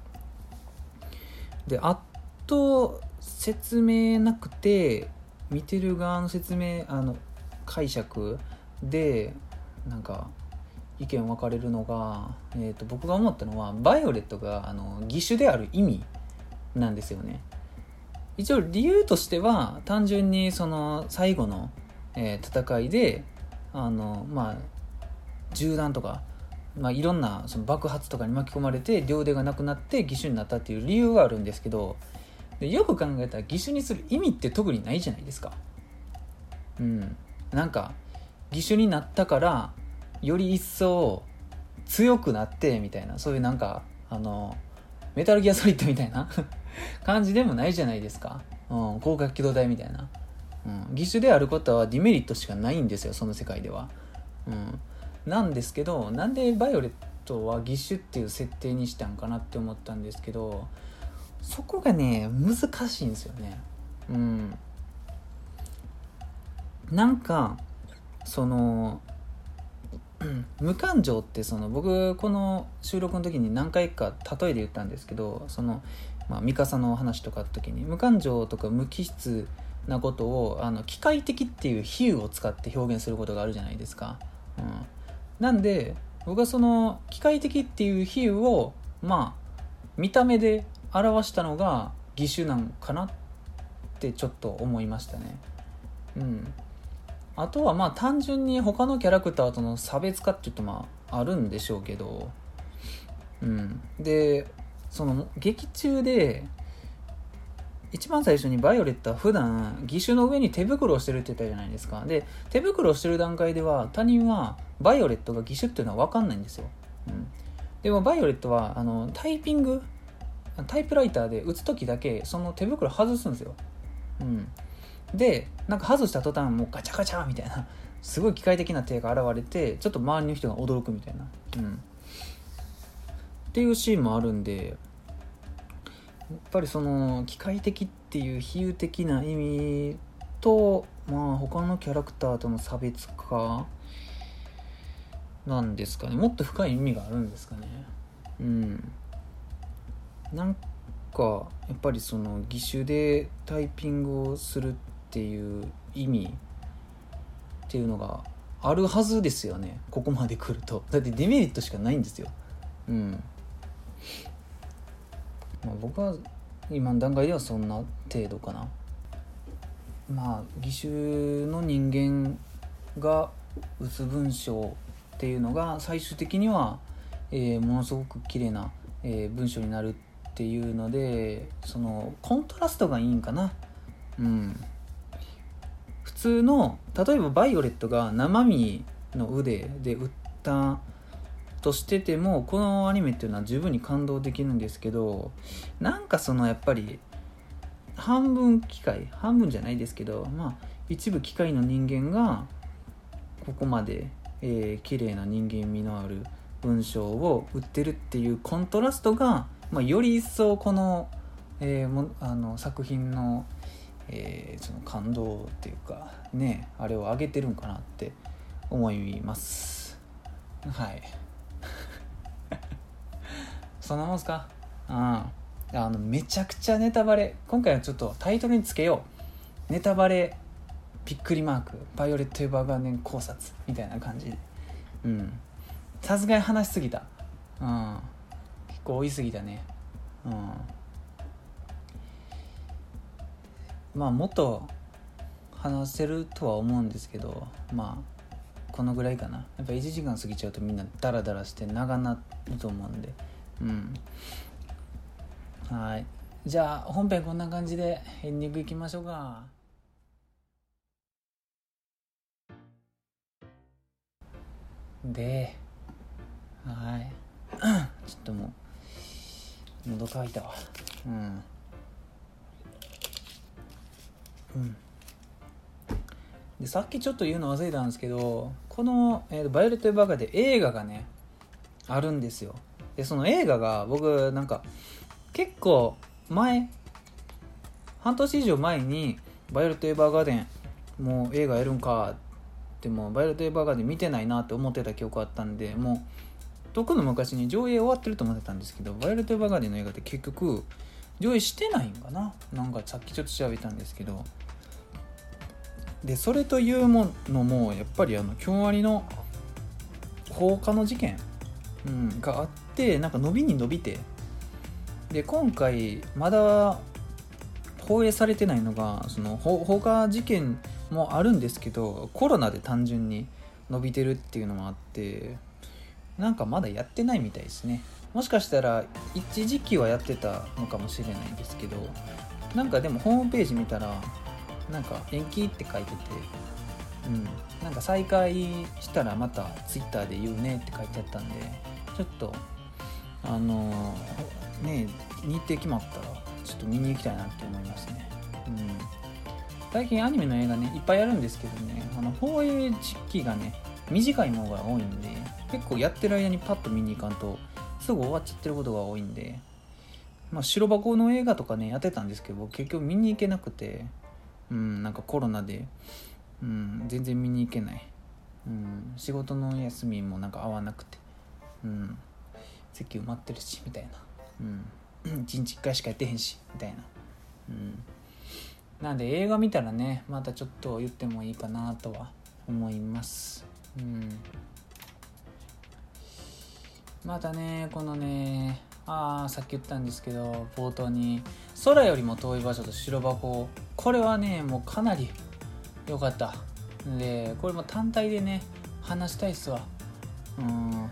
であと説明なくて見てる側の説明あの解釈でなんか意見分かれるのが、えー、と僕が思ったのはバイオレットがあの義手である意味なんですよね。一応理由としては単純にその最後の、えー、戦いであのまあ銃弾とか、まあ、いろんなその爆発とかに巻き込まれて両腕がなくなって義手になったっていう理由があるんですけど、でよく考えたら義手にする意味って特にないじゃないですか。うんなんか義手になったからより一層強くなってみたいな、そういうなんかあのメタルギアソリッドみたいな感じでもないじゃないですか。うん、広角機動隊みたいな、うん、義手であることはディメリットしかないんですよ、その世界では。うん、なんですけど、なんでバイオレットは義手っていう設定にしたんかなって思ったんですけど、そこがね難しいんですよね。うん、なんかその無感情ってその僕この収録の時に何回か例えで言ったんですけど、そのまあミカサの話とかの時に無感情とか無機質なことをあの機械的っていう比喩を使って表現することがあるじゃないですか。うん、なんで僕はその機械的っていう比喩をまあ見た目で表したのが義手なんかなってちょっと思いましたね。うんあとはまあ単純に他のキャラクターとの差別化って言うとまああるんでしょうけど、うん、でその劇中で一番最初にバイオレットは普段義手の上に手袋をしてるって言ったじゃないですか。で手袋をしてる段階では他人はバイオレットが義手っていうのは分かんないんですよ。うん、でもバイオレットはあのタイピングタイプライターで打つ時だけその手袋外すんですよ。うんでなんか外した途端もうガチャガチャみたいなすごい機械的な手が現れてちょっと周りの人が驚くみたいな、うん、っていうシーンもあるんで、やっぱりその機械的っていう比喩的な意味と、まあ他のキャラクターとの差別化なんですかね。もっと深い意味があるんですかね。うんなんかやっぱりその義手でタイピングをするっていう意味っていうのがあるはずですよね。ここまで来るとだってデメリットしかないんですよ。うん、まあ、僕は今の段階ではそんな程度かな。まあ義手の人間が打つ文章っていうのが最終的には、えー、ものすごく綺麗な、えー、文章になるっていうので、そのコントラストがいいんかな。うん普通の例えばバイオレットが生身の腕で打ったとしててもこのアニメっていうのは十分に感動できるんですけど、なんかそのやっぱり半分機械半分じゃないですけど、まあ一部機械の人間がここまで、えー、綺麗な人間味のある文章を打ってるっていうコントラストが、まあ、より一層この、えー、もあの作品のえー、その感動っていうかね、あれを上げてるんかなって思います。はいそんなもんすか。うん、あのめちゃくちゃネタバレ、今回はちょっとタイトルにつけよう、ネタバレびっくりマークバイオレット・エヴァーガーデン考察みたいな感じで、うんさすがに話しすぎた、うん、結構多いすぎたね。うんまあもっと話せるとは思うんですけど、まあこのぐらいかな。やっぱいちじかん過ぎちゃうとみんなダラダラして長なると思うんで、うんはい、じゃあ本編こんな感じでエンディングいきましょうか。ではいちょっともう喉乾いたわ。うんうんでさっきちょっと言うの忘れたんですけど、この、えーと、バイオレット・エヴァーガーで映画がねあるんですよ。でその映画が僕なんか結構前半年以上前にバイオレット・エヴァーガーデンもう映画やるんかってもバイオレット・エヴァーガーデン見てないなって思ってた記憶あったんで、もうとくの昔に上映終わってると思ってたんですけど、バイオレット・エヴァーガーデンの映画って結局上映してないんかな。なんかさっきちょっと調べたんですけど、でそれというものもやっぱりあの京アニの放火の事件、うん、があってなんか伸びに伸びて、で今回まだ放映されてないのがその放火事件もあるんですけど、コロナで単純に伸びてるっていうのもあってなんかまだやってないみたいですね。もしかしたら一時期はやってたのかもしれないんですけど、なんかでもホームページ見たらなんか延期って書いてて、うん、なんか再開したらまたツイッターで言うねって書いてあったんで、ちょっとあのー、ね日程決まったらちょっと見に行きたいなって思いますね。うん、最近アニメの映画ねいっぱいあるんですけどね、あの放映時期がね短いものが多いんで、結構やってる間にパッと見に行かんとすぐ終わっちゃってることが多いんで、まあ白箱の映画とかねやってたんですけど結局見に行けなくて、うん、なんかコロナで、うん、全然見に行けない、うん、仕事の休みもなんか合わなくて、うん、席埋まってるしみたいな、うん、いちにちいっかいしかやってへんしみたいな、うん、なんで映画見たらねまたちょっと言ってもいいかなとは思います。うん、またねこのねあさっき言ったんですけど冒頭に空よりも遠い場所と白箱、これはねもうかなり良かったで、これも単体でね話したいっすわ。うん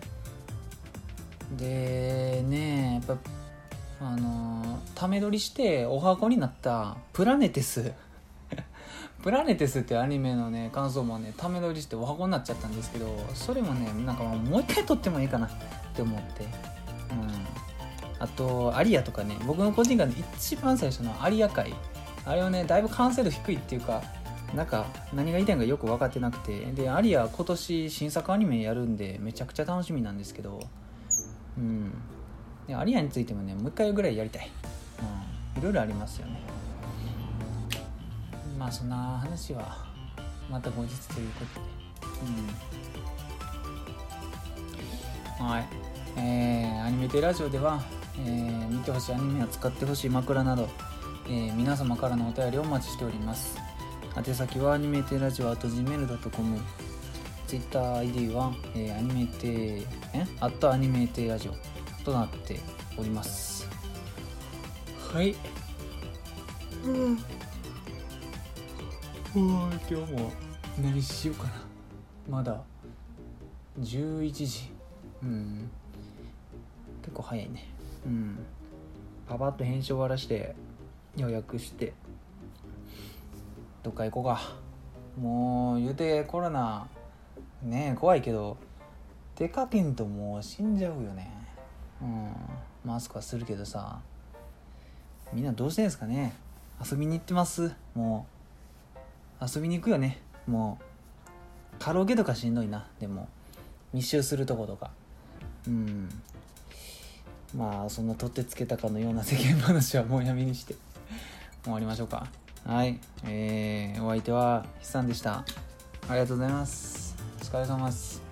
でねやっぱあのー、ため撮りしてお箱になったプラネテスプラネテスっていうアニメのね感想もねため撮りしてお箱になっちゃったんですけど、それもねなんかもう一回撮ってもいいかなって思って、うん、あとアリアとかね、僕の個人がね一番最初のアリア会、あれはねだいぶ完成度低いっていうかなんか何が言いたいのかよく分かってなくて、でアリア今年新作アニメやるんでめちゃくちゃ楽しみなんですけど、うんでアリアについてもねもう一回ぐらいやりたい、うん、いろいろありますよね。まあそんな話はまた後日ということで、うん、はい、えー、アニメテラジオでは、えー、見てほしいアニメや使ってほしい枕など、えー、皆様からのお便りをお待ちしております。宛先はアニメテラジオ アットジーメールドットコム、 ツイッター アイディー は、えー、アニメテえアットアニメテラジオとなっております。はい、うん今日も何しようかな、まだじゅういちじ、うん、結構早いね。うん、パパッと編集終わらして予約してどっか行こうか。もう言うてコロナね怖いけど出かけんともう死んじゃうよね。うん、マスクはするけどさ、みんなどうしてんですかね。遊びに行ってます。もう遊びに行くよね。もうカラオケとかしんどいな。でも密集するとことか、うんまあそんな取ってつけたかのような世間話はもうやめにして終わりましょうか。 はい、えー、お相手は筆さんでした。ありがとうございます。お疲れ様です。